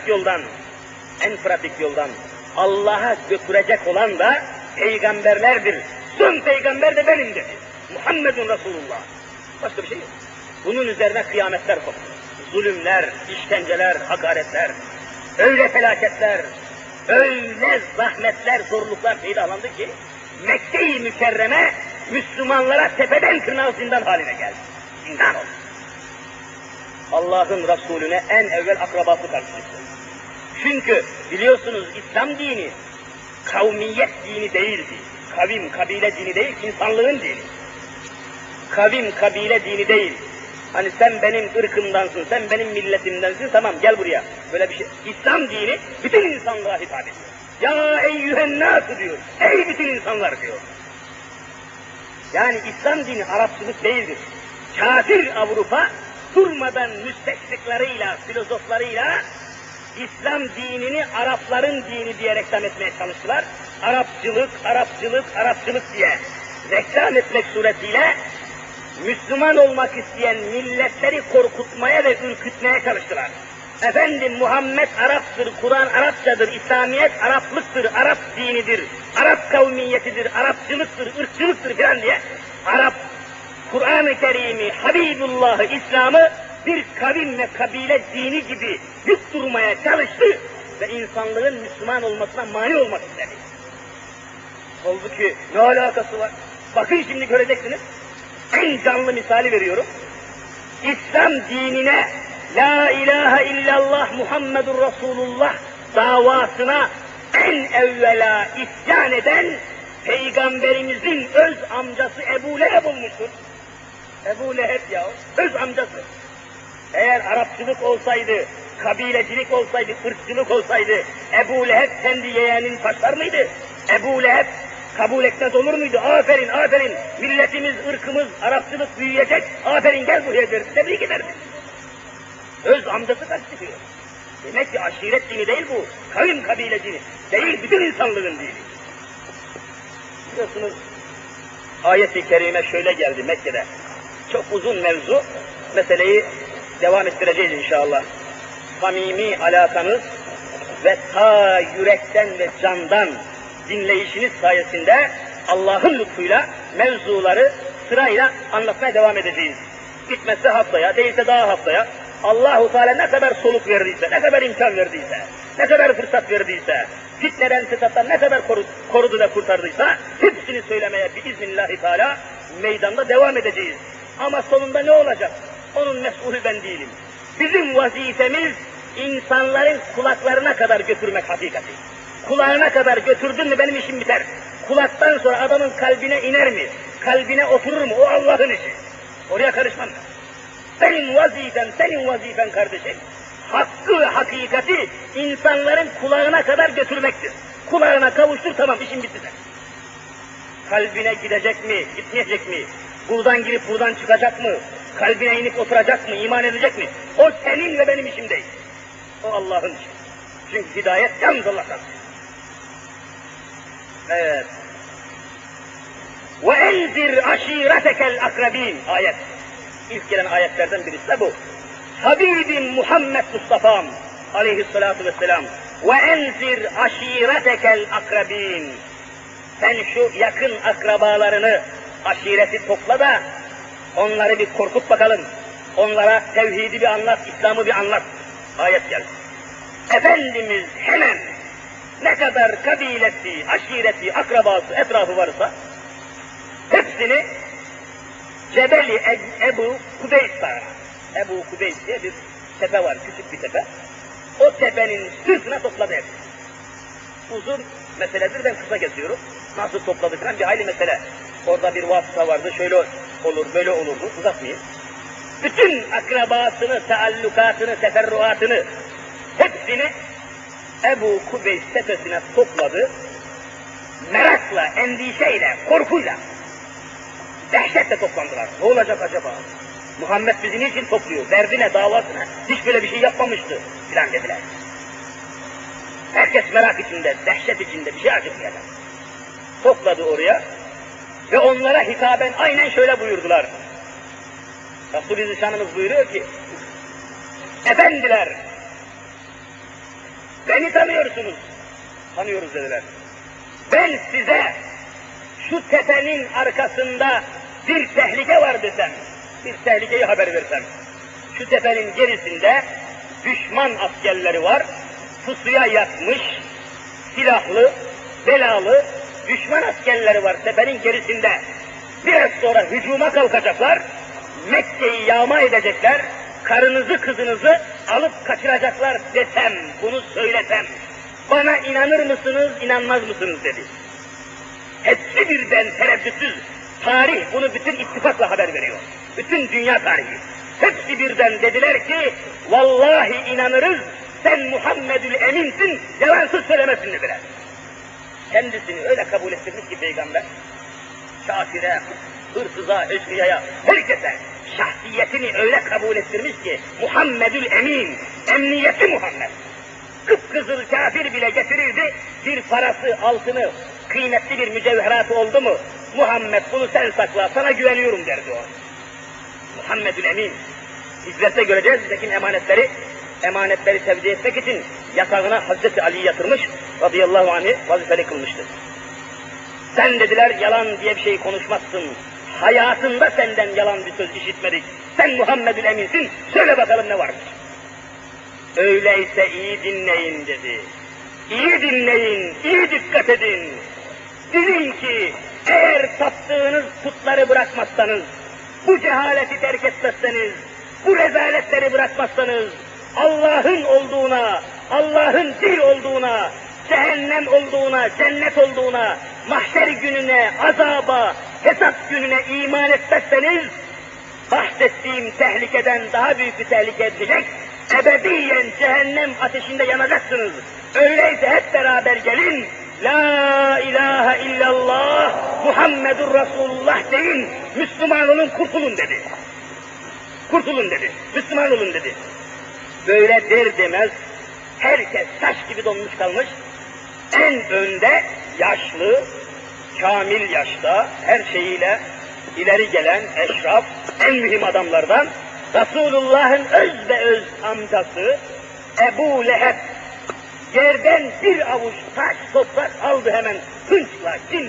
pratik yoldan Allah'a götürecek olan da peygamberlerdir. Son peygamber de benim dedi. Muhammedun Resulullah. Başka bir şey yok. Bunun üzerine kıyametler koptu. Zulümler, işkenceler, hakaretler, öyle felaketler, öyle zahmetler, zorluklar peydalandı ki Mekke-i Mükerreme Müslümanlara tepeden tırnağa zindan haline geldi. Zindan oldu. Allah'ın Resulüne en evvel akrabası karşılaştı. Çünkü biliyorsunuz İslam dini kavmiyet dini değildi. Kavim, kabile dini değil, insanlığın dini. Kavim, kabile dini değil. Hani sen benim ırkımdansın, sen benim milletimdensin, tamam gel buraya. Böyle bir şey. İslam dini bütün insanlığa hitap ediyor. Ya eyyühen nâsü diyor. Ey bütün insanlar diyor. Yani İslam dini Arapçılık değildir. Kafir Avrupa durmadan müsteşriklarıyla, filozoflarıyla İslam dinini Arapların dini diye reklam etmeye çalıştılar. Arapçılık, Arapçılık, Arapçılık diye reklam etmek suretiyle Müslüman olmak isteyen milletleri korkutmaya ve ürkütmeye çalıştılar. Efendim Muhammed Arap'tır, Kur'an Arapçadır, İslamiyet Araplıktır, Arap dinidir, Arap kavmiyetidir, Arapçılıktır, ırkçılıktır filan diye Arap, Kur'an-ı Kerim'i, Habibullah'ı, İslam'ı bir kavim ve kabile dini gibi yutturmaya çalıştı ve insanlığın Müslüman olmasına mani olmak istedi. Halbuki ne alakası var? Bakın şimdi göreceksiniz. En canlı misali veriyorum. İslam dinine La ilahe illallah Muhammedur Resulullah davasına en evvela isyan eden Peygamberimizin öz amcası Ebu Leheb olmuştur. Ebu Leheb ya, öz amcası. Eğer Arapçılık olsaydı, kabilecilik olsaydı, ırkçılık olsaydı, Ebu Leheb kendi yeğenini taşlar mıydı? Ebu Leheb kabul etmez olur muydu? Aferin, aferin, milletimiz, ırkımız, Arapçılık büyüyecek, aferin gel buraya der, tebrik ederdi. Öz amcası karşı çıkıyor. Demek ki aşiret dini değil bu, kavim kabile dini, değil bütün insanlığın dini. Biliyorsunuz, ayet-i kerime şöyle geldi Mekke'de. Çok uzun mevzu, meseleyi devam ettireceğiz inşallah. Samimi alakanız ve ta yürekten ve candan dinleyişiniz sayesinde Allah'ın lütfuyla mevzuları sırayla anlatmaya devam edeceğiz. Bitmezse haftaya, değilse daha haftaya, Allah-u Teala ne kadar soluk verdiyse, ne kadar imkan verdiyse, ne kadar fırsat verdiyse, fitneden, fesattan ne kadar korudu da kurtardıysa, hepsini söylemeye biiznillahü teala meydanda devam edeceğiz. Ama sonunda ne olacak? Onun mesulü ben değilim. Bizim vazifemiz insanların kulaklarına kadar götürmek hakikati. Kulağına kadar götürdün mü benim işim biter. Kulaktan sonra adamın kalbine iner mi? Kalbine oturur mu? O Allah'ın işi. Oraya karışmam. Senin vazifen kardeşim. Hakkı ve hakikati insanların kulağına kadar götürmektir. Kulağına kavuştur, tamam, işin bitti. Kalbine gidecek mi, gitmeyecek mi? Buradan girip buradan çıkacak mı? Kalbine inip oturacak mı, iman edecek mi? O senin ve benim işim değil. O Allah'ın işi. Çünkü hidayet yalnız Allah'tan. Evet. وَاَنْزِرْ عَشِيرَتَكَ الْاَقْرَب۪ينَ ayet. İlk gelen ayetlerden birisi de bu. Habibim Muhammed Mustafa'm aleyhissalatu vesselam. وَاَنْزِرْ عَشِيرَتَكَ الْاَقْرَب۪ينَ Sen şu yakın akrabalarını, aşireti topla da onları bir korkut bakalım. Onlara tevhidi bir anlat, İslam'ı bir anlat. Ayet geldi. Efendimiz hemen ne kadar kabilesi, aşireti, akrabası, etrafı varsa hepsini Cebeli Ebu Kubeys var. Ebu Kubeys diye bir tepe var, küçük bir tepe. O tepenin sırtına topladı hepsi. Uzun meseledir, ben kısa kesiyorum. Nasıl topladı falan bir hayli mesele. Orada bir vasıta vardı, şöyle olur, böyle olurdu, uzatmayayım. Bütün akrabasını, taallukatını, teferruatını, hepsini Ebu Kubeys tepesine topladı. Merakla, endişeyle, korkuyla, dehşetle toplandılar. Ne olacak acaba? Muhammed bizi niçin topluyor? Derdine, davasına, hiç böyle bir şey yapmamıştı filan dediler. Herkes merak içinde, dehşet içinde, bir şey acıkmayacak. Topladı oraya ve onlara hitaben aynen şöyle buyurdular. Resul-i Zişanımız buyuruyor ki, efendiler, beni tanıyorsunuz. Tanıyoruz dediler. Ben size şu tepenin arkasında bir tehlike var desem, bir tehlikeyi haber versem, şu tepenin gerisinde düşman askerleri var, pusuya yatmış, silahlı, belalı düşman askerleri var tepenin gerisinde. Biraz sonra hücuma kalkacaklar, Mekke'yi yağma edecekler, karınızı kızınızı alıp kaçıracaklar desem, bunu söylesem, bana inanır mısınız, inanmaz mısınız dedi. Hepsi birden tereddütsüz, tarih bunu bütün ittifakla haber veriyor. Bütün dünya tarihi. Hepsi birden dediler ki, vallahi inanırız, sen Muhammedül Emin'sin, yalansız söylemezsin dediler. Kendisini öyle kabul ettirmiş ki Peygamber, kafire, hırsıza, eşkıyaya, herkese şahsiyetini öyle kabul ettirmiş ki, Muhammedül Emin, emniyeti Muhammed. Kıpkızıl kafir bile getirirdi, bir parası, altını, kıymetli bir mücevheratı oldu mu, Muhammed bunu sen sakla, sana güveniyorum derdi o. Muhammedül Emin. İzzette göreceğiz, nitekim emanetleri tevdi etmek için yatağına Hazreti Ali'yi yatırmış, radıyallahu anh'ı vazifeli kılmıştır. Sen dediler, yalan diye bir şey konuşmazsın, hayatında senden yalan bir söz işitmedik, sen Muhammedül Emin'sin, söyle bakalım ne varmış. Öyleyse iyi dinleyin dedi. İyi dinleyin, iyi dikkat edin. Bilin ki eğer taptığınız putları bırakmazsanız, bu cehaleti terk etmezseniz, bu rezaletleri bırakmazsanız, Allah'ın olduğuna, Allah'ın bir olduğuna, cehennem olduğuna, cennet olduğuna, mahşer gününe, azaba, hesap gününe iman etmezseniz, bahsettiğim tehlikeden daha büyük bir tehlike edecek, ebediyen cehennem ateşinde yanacaksınız. Öyleyse hep beraber gelin, La ilahe illallah, Muhammedur Resulullah deyin, Müslüman olun, kurtulun dedi. Kurtulun dedi, Müslüman olun dedi. Böyle der demez, herkes taş gibi donmuş kalmış, en önde yaşlı, kamil yaşta, her şeyiyle ileri gelen eşraf, en mühim adamlardan, Resulullah'ın öz ve öz amcası Ebu Leheb, yerden bir avuç taş toprak aldı hemen hınçla, kinle,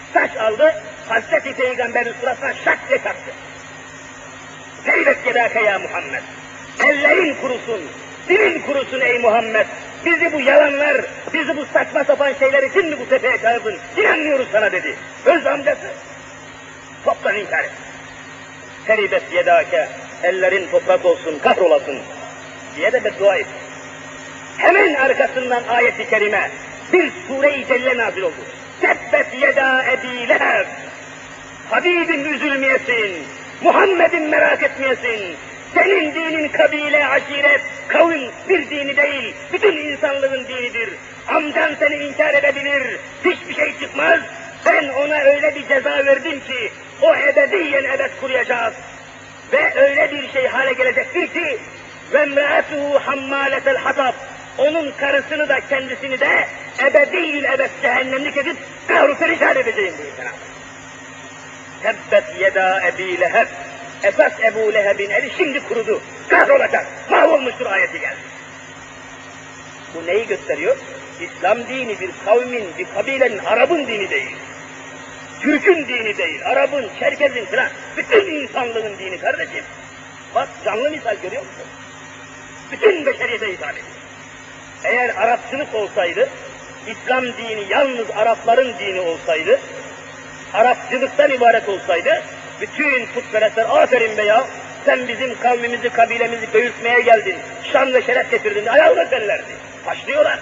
Taş aldı, Hazreti Peygamber'in suratına şak diye taktı. Teybet yedâke ya Muhammed. Ellerin kurusun, dilin kurusun ey Muhammed. Bizi bu yalanlar, bizi bu saçma sapan şeyler için mi bu tepeye çağırdın? İnanmıyoruz sana dedi. Öz amcası toptan inkar etti. Teybet yedâke, ellerin toprak olsun, kahrolasın diye de beddua etti. Hemen arkasından ayet-i kerime bir sure-i celle nazil oldu. Tebbet yeda Ebi Leheb. Habibim üzülmeyesin, Muhammed'in merak etmeyesin. Senin dinin kabile, aşiret, kavim bir dini değil, bütün insanlığın dinidir. Amcan seni inkar edebilir, hiçbir şey çıkmaz. Ben ona öyle bir ceza verdim ki, o ebediyen ebed kuruyacak. Ve öyle bir şey hale gelecektir ki, وَمْرَأَتُهُ حَمَّالَةَ الْحَطَبِ. Onun karısını da kendisini de ebediyyül ebed cehennemlik edip kahru perişan edeceğim diyor Cenab-ı Hak. Tebbet yeda Ebi Leheb. Esas Ebu Leheb'in eli şimdi kurudu. Kahrolacak, mahvolmuştur ayeti geldi. Bu neyi gösteriyor? İslam dini bir kavmin, bir kabilenin, Arap'ın dini değil. Türk'ün dini değil, Arap'ın, Çerkez'in falan, bütün insanlığın dini kardeşim. Bak canlı misal görüyor musun? Bütün beşeriyete hitap ediyor. Eğer Arapçılık olsaydı, İslam dini yalnız Arapların dini olsaydı, Arapçılıktan ibaret olsaydı, bütün putperestler aferin be ya, sen bizim kavmimizi, kabilemizi göğüsmeye geldin, şan ve şeref getirdin, ayağına derlerdi. Taşlıyorlar.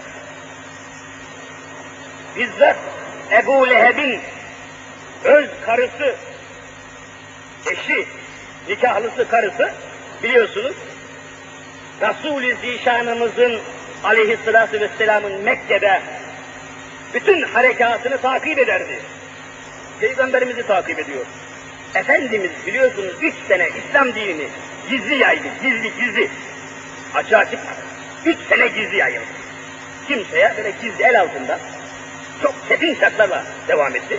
Bizzat Ebu Leheb'in öz karısı, eşi, nikahlısı karısı, biliyorsunuz, Resul-i Zişanımızın aleyhissalâtu vesselâmın Mekke'de bütün harekatını takip ederdi. Peygamberimizi takip ediyor. Efendimiz biliyorsunuz 3 sene İslam dinini gizli yaydı, gizli. Açığa çıkmadı. 3 sene gizli yayıldı. Kimseye böyle gizli el altında çok çetin şartlarla devam etti.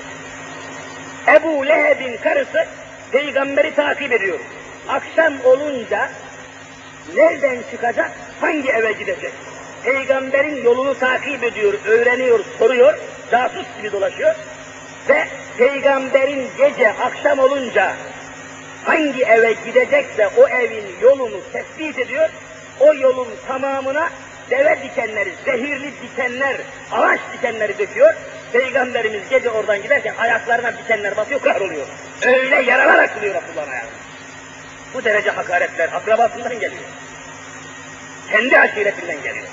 Ebu Leheb'in karısı Peygamberi takip ediyor. Akşam olunca nereden çıkacak, hangi eve gidecek? Peygamberin yolunu takip ediyor, öğreniyor, soruyor, casus gibi dolaşıyor. Ve Peygamberin gece, akşam olunca hangi eve gidecekse o evin yolunu tespit ediyor. O yolun tamamına deve dikenleri, zehirli dikenler, ağaç dikenleri döküyor. Peygamberimiz gece oradan giderken ayaklarına dikenler batıyor, kahroluyor. Öyle yaralar açılıyor Resulullah'ın ayağına. Bu derece hakaretler akrabasından geliyor. Kendi aşiretinden geliyor.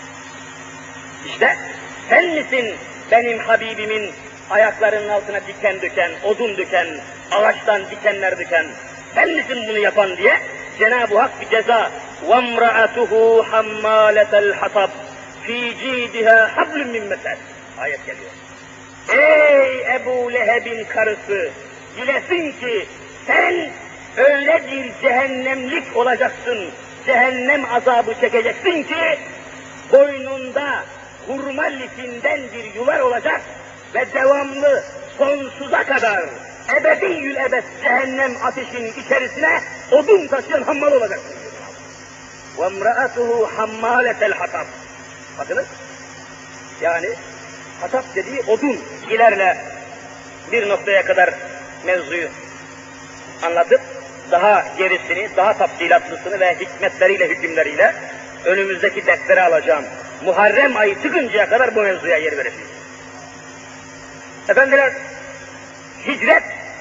İşte sen misin benim Habibimin ayaklarının altına diken döken, odun döken, ağaçtan dikenler döken, sen misin bunu yapan diye Cenab-ı Hak bir ceza. وَامْرَأَتُهُ حَمَّالَةَ الْحَطَبِ فِي جِيدِهَا حَبْلٌ مِّنْ مَسَدٍ. Ayet geliyor. Ey Ebu Leheb'in karısı, bilesin ki sen öyle bir cehennemlik olacaksın, cehennem azabı çekeceksin ki boynunda hurma lifinden bir yuvar olacak ve devamlı sonsuza kadar ebediyyül ebed cehennem ateşinin içerisine odun taşıyan hammal olacaksın. وَامْرَأَتُهُ حَمَّالَةَ الْحَطَبِ. Bakınız, yani hatap dediği odun. İlerle bir noktaya kadar mevzuyu anlatıp daha gerisini, daha tafsilatlısını ve hikmetleriyle, hükümleriyle önümüzdeki derslere alacağım. Muharrem ayı çıkıncaya kadar bu mevzuya yer vereceğiz. Efendiler, hicret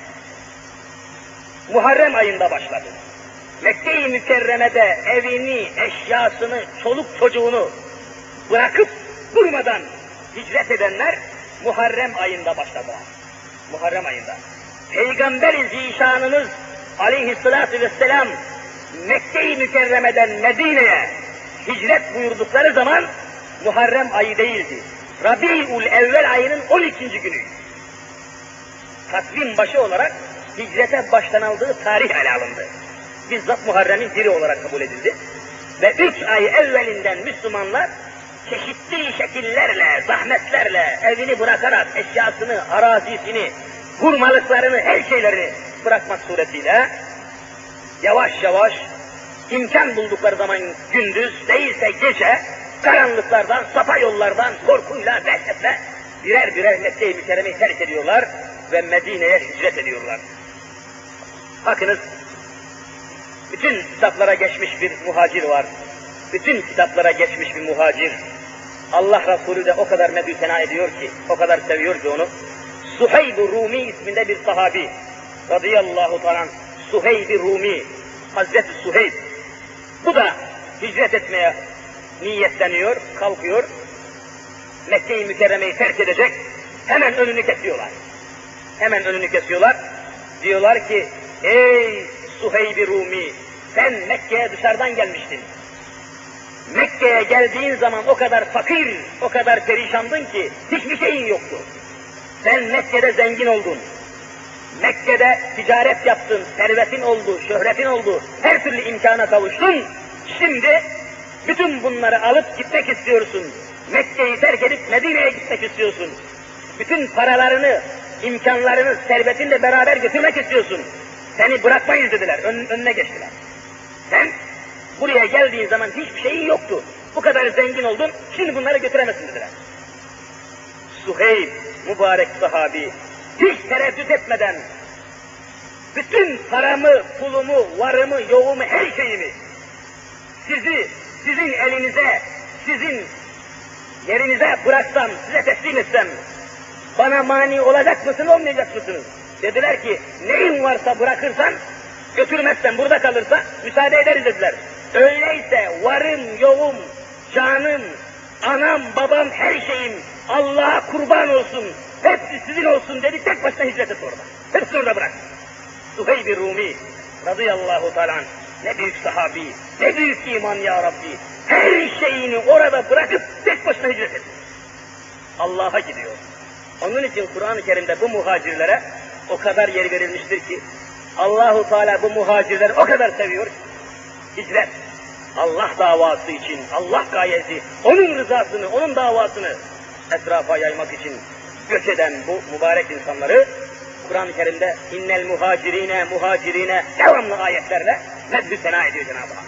Muharrem ayında başladı. Mekke-i Mükerreme'de evini, eşyasını, çoluk çocuğunu bırakıp durmadan hicret edenler Muharrem ayında başladı. Muharrem ayında. Peygamber-i Zişanımız aleyhissalâtu vesselâm Mekke-i Mükerreme'den Medine'ye hicret buyurdukları zaman Muharrem ayı değildi. Rabi'ul Evvel ayının 12. günüydü. Takvim başı olarak hicrete başlanıldığı tarih ele alındı. Bizzat Muharrem'in biri olarak kabul edildi. Ve 3 ay evvelinden Müslümanlar çeşitli şekillerle, zahmetlerle, evini bırakarak eşyasını, arazisini, hurmalıklarını, her şeylerini bırakmak suretiyle yavaş yavaş imkan buldukları zaman gündüz değilse gece karanlıklardan, sapa yollardan, korkuyla, dehşetle birer birer Mekke-i Mükerreme'yi terk ediyorlar ve Medine'ye hicret ediyorlar. Bakınız, bütün kitaplara geçmiş bir muhacir var. Bütün kitaplara geçmiş bir muhacir. Allah Resulü de o kadar medhü ediyor ki, o kadar seviyor ki onu. Suheyb-i Rumi isminde bir sahabi, radıyallahu ta'ala, Suheyb-i Rumi, Hazreti Suheyb. Bu da hicret etmeye niyetleniyor, kalkıyor. Mekke-i Mükerreme'yi terk edecek, hemen önünü kesiyorlar. Hemen önünü kesiyorlar. Diyorlar ki, ey Suheyb-i Rumi, sen Mekke'ye dışarıdan gelmiştin. Mekke'ye geldiğin zaman o kadar fakir, o kadar perişandın ki hiçbir şeyin yoktu. Sen Mekke'de zengin oldun. Mekke'de ticaret yaptın, servetin oldu, şöhretin oldu, her türlü imkana kavuştun. Şimdi bütün bunları alıp gitmek istiyorsun. Mekke'yi terk edip Medine'ye gitmek istiyorsun. Bütün paralarını, imkanlarını, servetinle beraber götürmek istiyorsun. Seni bırakmayız dediler, önüne geçtiler. Sen buraya geldiğin zaman hiçbir şeyin yoktu. Bu kadar zengin oldun, şimdi bunları götüremezsin dediler. Suheyb, mübarek sahabi, hiç tereddüt etmeden, bütün paramı, pulumu, varımı, yoğumu, her şeyimi, sizin elinize, sizin yerinize bıraksam, size teslim etsem, bana mani olacak mısın, olmayacak mısınız? Dediler ki, neyin varsa bırakırsan, götürmezsen, burada kalırsa, müsaade ederiz dediler. Öyleyse varım, yoğum, canım, anam, babam, her şeyim, Allah'a kurban olsun, hepsi sizin olsun dedi, tek başına hicret etti orada. Hepsini orada bırak. Suheyb-i Rumi, radıyallahu teala anh, ne büyük sahabi, ne büyük iman ya Rabbi, her şeyini orada bırakıp tek başına hicret etti. Allah'a gidiyor. Onun için Kur'an-ı Kerim'de bu muhacirlere o kadar yer verilmiştir ki, Allahu Teala bu muhacirleri o kadar seviyor ki, hicret, Allah davası için, Allah gayesi, onun rızasını, onun davasını etrafa yaymak için göç eden bu mübarek insanları Kur'an-ı Kerim'de innel muhacirine devamlı ayetlerle medhü sena ediyor Cenab-ı Hak.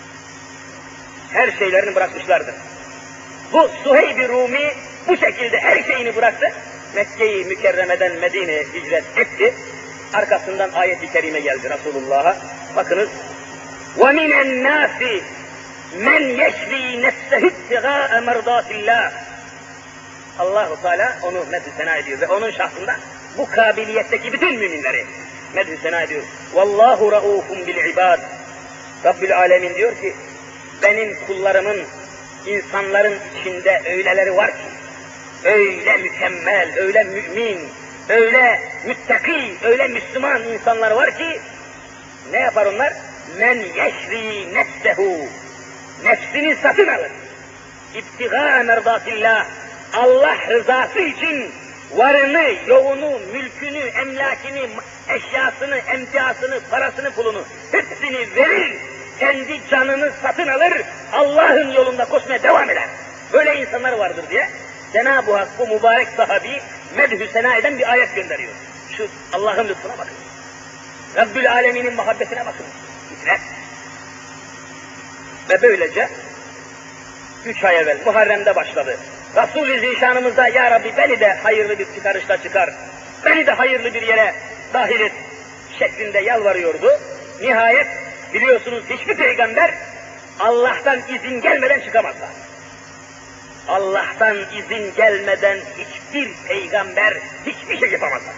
Her şeylerini bırakmışlardır. Bu Suheyb-i Rumi bu şekilde her şeyini bıraktı. Mekke-i Mükerreme'den Medine'ye hicret etti. Arkasından ayet-i kerime geldi Resulullah'a. Bakınız. وَمِنَ النَّاسِ مَنْ يَشْرِي نَفْسَهِ ابْتِغَاءَ مَرْضَاتِ اللّٰهِ Allah-u Teala onu medhü sena ediyor ve onun şahsında bu kabiliyetteki bütün müminleri medhü sena ediyor. وَاللّٰهُ رَؤُوفٌ بِالْعِبَادِ Rabbül Alemin diyor ki, benim kullarımın, insanların içinde öyleleri var ki, öyle mükemmel, öyle mümin, öyle müttaki, öyle Müslüman insanlar var ki, ne yapar onlar? Men yeşri nefsehu, nefsini satın alır. İbtigâ merdatillah, Allah rızası için varını, yoğunu, mülkünü, emlakini, eşyasını, emtiasını, parasını, pulunu hepsini verir. Kendi canını satın alır, Allah'ın yolunda koşmaya devam eder. Böyle insanlar vardır diye Cenab-ı Hak bu mübarek sahabi medhü sena eden bir ayet gönderiyor. Şu Allah'ın lütfuna bakın. Rabbül Alemin'in muhabbetine bakın. İzle. Ve böylece 3 ay evvel Muharrem'de başladı. Resul-i Zişanımızda ya Rabbi beni de hayırlı bir çıkarışta çıkar, beni de hayırlı bir yere dahil et şeklinde yalvarıyordu. Nihayet biliyorsunuz hiçbir peygamber Allah'tan izin gelmeden çıkamazlar. Allah'tan izin gelmeden hiçbir peygamber hiçbir şey yapamazlar.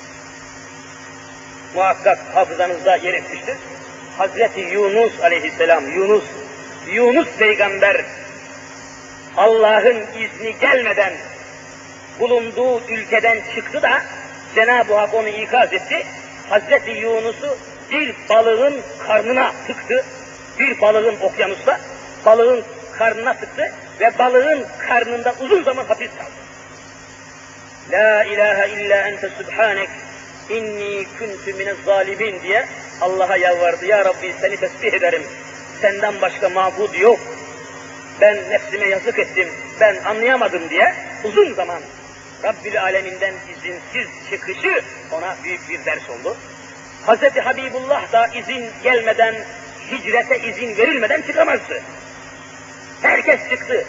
Muhakkak hafızanızda yer etmiştir. Hazreti Yunus aleyhisselam, Yunus peygamber Allah'ın izni gelmeden bulunduğu ülkeden çıktı da Cenab-ı Hak onu ikaz etti. Hazreti Yunus'u bir balığın karnına tıktı. Bir balığın okyanusta balığın karnına tıktı ve balığın karnında uzun zaman hapis kaldı. La ilahe illa ente subhanek inni kuntu minez zalimin diye Allah'a yalvardı. Ya Rabbi seni tesbih ederim. Senden başka mabud yok. Ben nefsime yazık ettim. Ben anlayamadım diye uzun zaman Rabbül Aleminden izinsiz çıkışı ona büyük bir ders oldu. Hazreti Habibullah da izin gelmeden, hicrete izin verilmeden çıkamazdı. Herkes çıktı.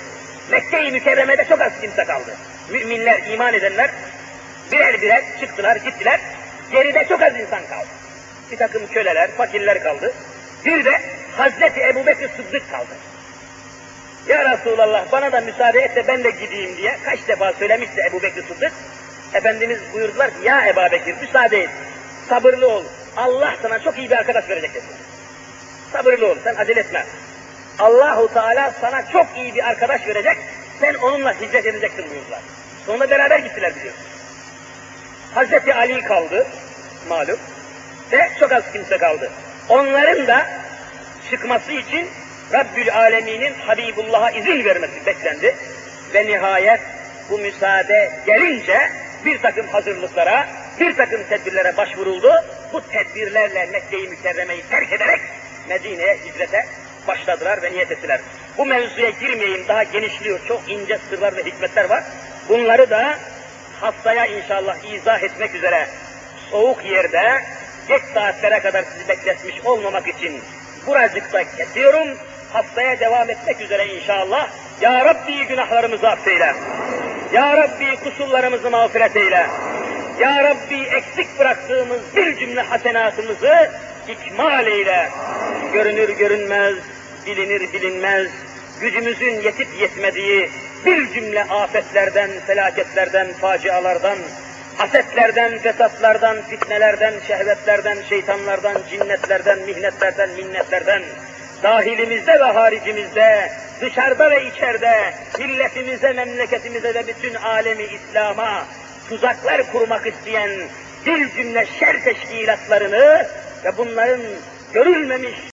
Mekke-i Mükerreme'de çok az kimse kaldı. Müminler, iman edenler birer birer çıktılar, gittiler. Geride çok az insan kaldı. Bir takım köleler, fakirler kaldı. Bir de Hazreti Ebubekir Sıddık kaldı. Ya Resulallah bana da müsaade et de ben de gideyim diye kaç defa söylemişti Ebubekir Sıddık. Efendimiz buyurdular ki ya Ebubekir müsaade et, sabırlı ol. Allah sana çok iyi bir arkadaş verecek dedi. Sabırlı ol, sen acele etme. Allahu Teala sana çok iyi bir arkadaş verecek, sen onunla hicret edeceksin buyurdular. Sonra beraber gittiler biliyorsunuz. Hazreti Ali kaldı, malum, ve çok az kimse kaldı. Onların da çıkması için Rabbül Alemin'in Habibullah'a izin vermesi beklendi. Ve nihayet bu müsaade gelince bir takım hazırlıklara, bir takım tedbirlere başvuruldu. Bu tedbirlerle Mekke-i Mükerreme'yi terk ederek Medine'ye hicrete başladılar ve niyet ettiler. Bu mevzuya girmeyeyim, daha genişliyor, çok ince sırlar ve hikmetler var. Bunları da haftaya inşallah izah etmek üzere soğuk yerde geç saatlere kadar sizi bekletmiş olmamak için buracıkta kesiyorum. Haftaya devam etmek üzere inşallah. Ya Rabbi günahlarımızı affeyle. Ya Rabbi kusurlarımızı mağfiret eyle. Ya Rabbi eksik bıraktığımız bir cümle hasenatımızı ikmal eyle. Görünür görünmez, bilinir bilinmez, gücümüzün yetip yetmediği bir cümle afetlerden, felaketlerden, facialardan, hasetlerden, fesatlardan, fitnelerden, şehvetlerden, şeytanlardan, cinnetlerden, mihnetlerden, minnetlerden, dahilimizde ve haricimizde, dışarıda ve içeride, milletimize, memleketimize ve bütün alemi İslam'a tuzaklar kurmak isteyen bir cümle şer teşkilatlarını ve bunların görülmemiş